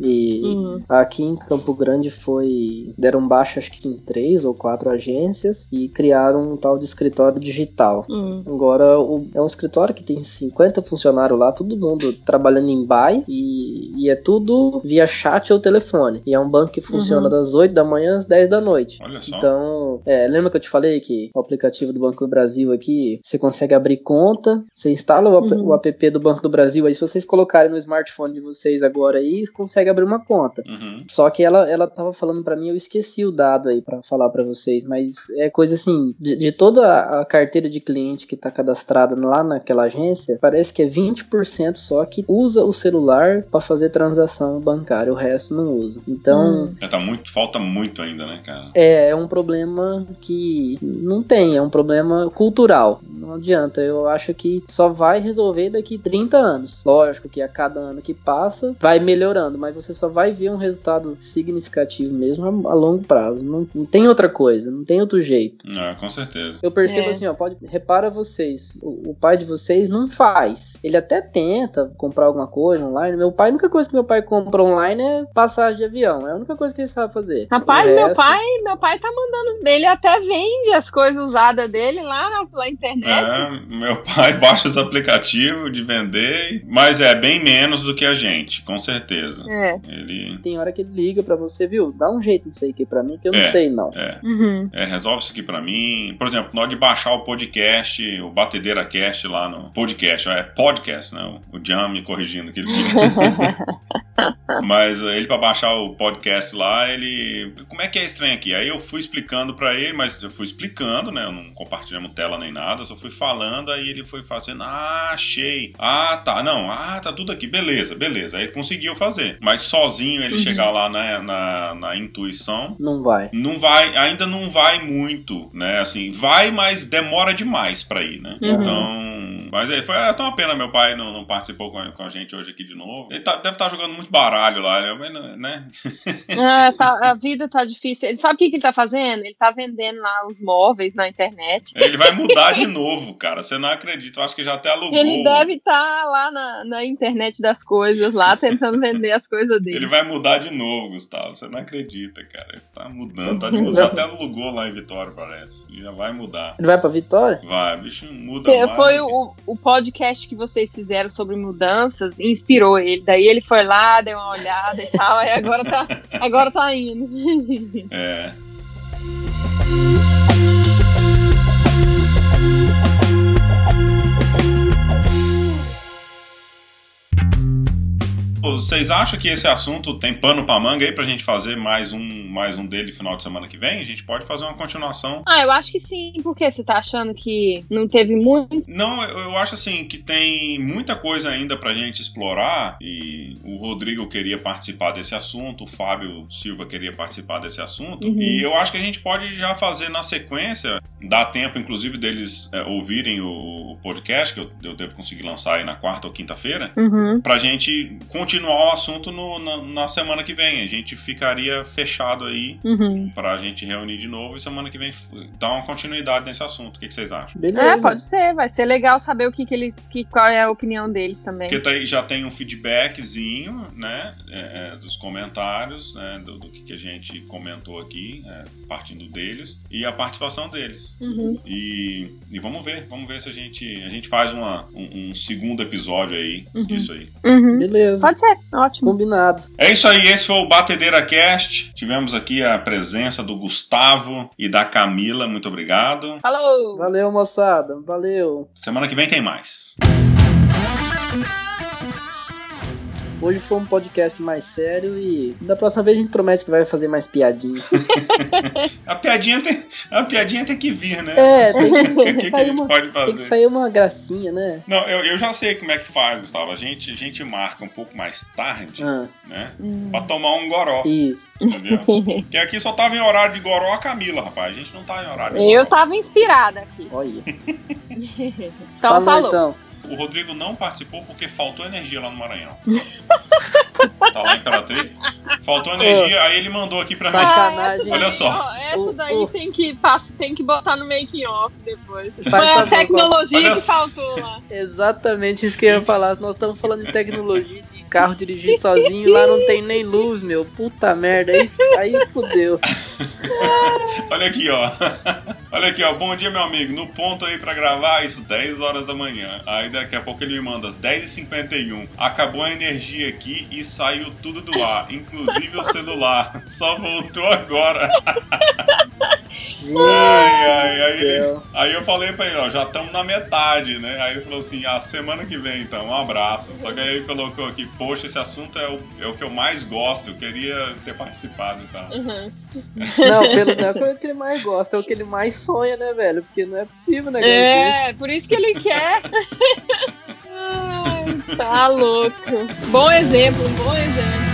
E aqui em Campo Grande deram baixa acho que em 3 ou 4 agências e criaram um tal de escritório digital. Agora é um escritório que tem 50 funcionários lá, todo mundo trabalhando em BAE e é tudo via chat ou telefone. E é um banco que funciona das 8 da manhã às 10 da noite. Olha só. Então, lembra que eu te falei que o aplicativo do Banco do Brasil aqui, você consegue abrir conta, você instala o app do Banco do Brasil, aí se vocês colocarem no smartphone de vocês agora aí, consegue abrir uma conta. Só que ela tava falando pra mim, eu esqueci o dado aí pra falar pra vocês, mas é coisa assim, de toda a carteira de cliente que tá cadastrada lá naquela agência, parece que é 20% só que usa o celular pra fazer transação bancária, o resto não usa. Então... falta muito ainda, né, cara? É um problema que não tem, é um problema cultural. Não adianta, eu acho que só vai resolver daqui 30 anos. Lógico que a cada ano que passa vai melhorando, mas você só vai ver um resultado significativo mesmo a longo prazo. Não tem outra coisa, não tem outro jeito. Com certeza. Eu percebo assim, ó, repara vocês, o pai de vocês não faz. Ele até tenta comprar alguma coisa online. Meu pai, a única coisa que meu pai compra online é passagem de avião. É a única coisa que ele sabe fazer. Rapaz, meu pai tá mandando, ele até vende as coisas usadas dele lá na internet. Meu pai baixa os aplicativos de vender, mas é bem menos do que a gente, com certeza. Tem hora que ele liga pra você, viu? Dá um jeito nisso aí aqui pra mim, que eu não sei, não. Resolve isso aqui pra mim. Por exemplo, na hora de baixar o podcast, o Batedeira Cast lá no podcast, podcast, né? O Jam me corrigindo aquele dia. Mas ele, pra baixar o podcast lá, ele... Como é que é esse trem aqui? Aí eu fui explicando pra ele, mas eu fui explicando, né? Eu não compartilhamos tela nem nada, só fui falando, aí ele foi fazendo, achei. Tá, não, tá tudo aqui, beleza. Aí ele conseguiu fazer. Mas sozinho ele chegar lá na intuição... Não vai. Não vai, ainda não vai muito, né? Assim, vai, mas demora demais pra ir, né? Então... Mas foi até uma pena, meu pai não participou com a gente hoje aqui de novo. Ele deve estar jogando muito baralho lá, né? A vida tá difícil. Ele sabe o que ele tá fazendo? Ele tá vendendo lá os móveis na internet. Ele vai mudar de novo, cara. Você não acredita. Eu acho que já até alugou. Ele deve estar lá na internet das coisas, lá tentando vender as coisas dele. Ele vai mudar de novo, Gustavo. Você não acredita, cara. Ele tá mudando, já até alugou lá em Vitória, parece. Ele já vai mudar. Ele vai pra Vitória? Vai, bicho muda mais. Foi o podcast que vocês fizeram sobre mudanças, inspirou ele. Daí ele foi lá, deu uma olhada e tal, aí agora tá indo. É. Vocês acham que esse assunto tem pano pra manga aí pra gente fazer mais um dele final de semana que vem? A gente pode fazer uma continuação. Eu acho que sim. Por que você tá achando que não teve muito? Não, eu acho assim que tem muita coisa ainda pra gente explorar e o Rodrigo queria participar desse assunto, o Fábio Silva queria participar desse assunto e eu acho que a gente pode já fazer na sequência, dá tempo inclusive deles ouvirem o podcast, que eu devo conseguir lançar aí na quarta ou quinta-feira, pra gente continuar o assunto na semana que vem. A gente ficaria fechado aí pra gente reunir de novo e semana que vem dar uma continuidade nesse assunto. O que vocês acham? Beleza. Pode ser. Vai ser legal saber o que qual é a opinião deles também. Porque já tem um feedbackzinho, né, dos comentários, né, do que a gente comentou aqui, partindo deles, e a participação deles. E vamos ver se a gente faz um segundo episódio aí disso aí. Beleza. Pode ser, ótimo. Combinado. É isso aí, esse foi o Batedeira Cast. Tivemos aqui a presença do Gustavo e da Camila. Muito obrigado. Falou! Valeu, moçada. Valeu. Semana que vem tem mais. Hoje foi um podcast mais sério e da próxima vez a gente promete que vai fazer mais piadinha. A piadinha tem que vir, né? Tem que a gente pode fazer? Tem que sair uma gracinha, né? Não, eu já sei como é que faz, Gustavo. A gente marca um pouco mais tarde, né? Pra tomar um goró. Isso. Entendeu? Porque aqui só tava em horário de goró a Camila, rapaz. A gente não tá em horário de goró. Eu tava inspirada aqui. Olha. Então, falou. Então. O Rodrigo não participou porque faltou energia lá no Maranhão. Tá lá em Imperatriz. Faltou energia, aí ele mandou aqui pra mim. Sacanagem. Olha só. Essa daí tem que botar no making off depois. Foi Faz a tecnologia Olha que só. faltou lá. Exatamente isso que eu ia falar. Nós estamos falando de tecnologia, de carro dirigir sozinho. Lá não tem nem luz, meu. Puta merda. Aí fudeu. Olha aqui, ó. Olha aqui, ó. Bom dia, meu amigo. No ponto aí pra gravar, isso, 10 horas da manhã. Aí daqui a pouco ele me manda às 10h51. Acabou a energia aqui e saiu tudo do ar, inclusive o celular. Só voltou agora. Aí eu falei pra ele, ó, já estamos na metade, né? Aí ele falou assim, semana que vem então, um abraço. Só que aí ele colocou aqui, poxa, esse assunto é o que eu mais gosto, eu queria ter participado e tal. Não, não é o que ele mais gosta, é o que ele mais sonha, né, velho? Porque não é possível, né? Por isso que ele quer. Ai, tá louco. Bom exemplo.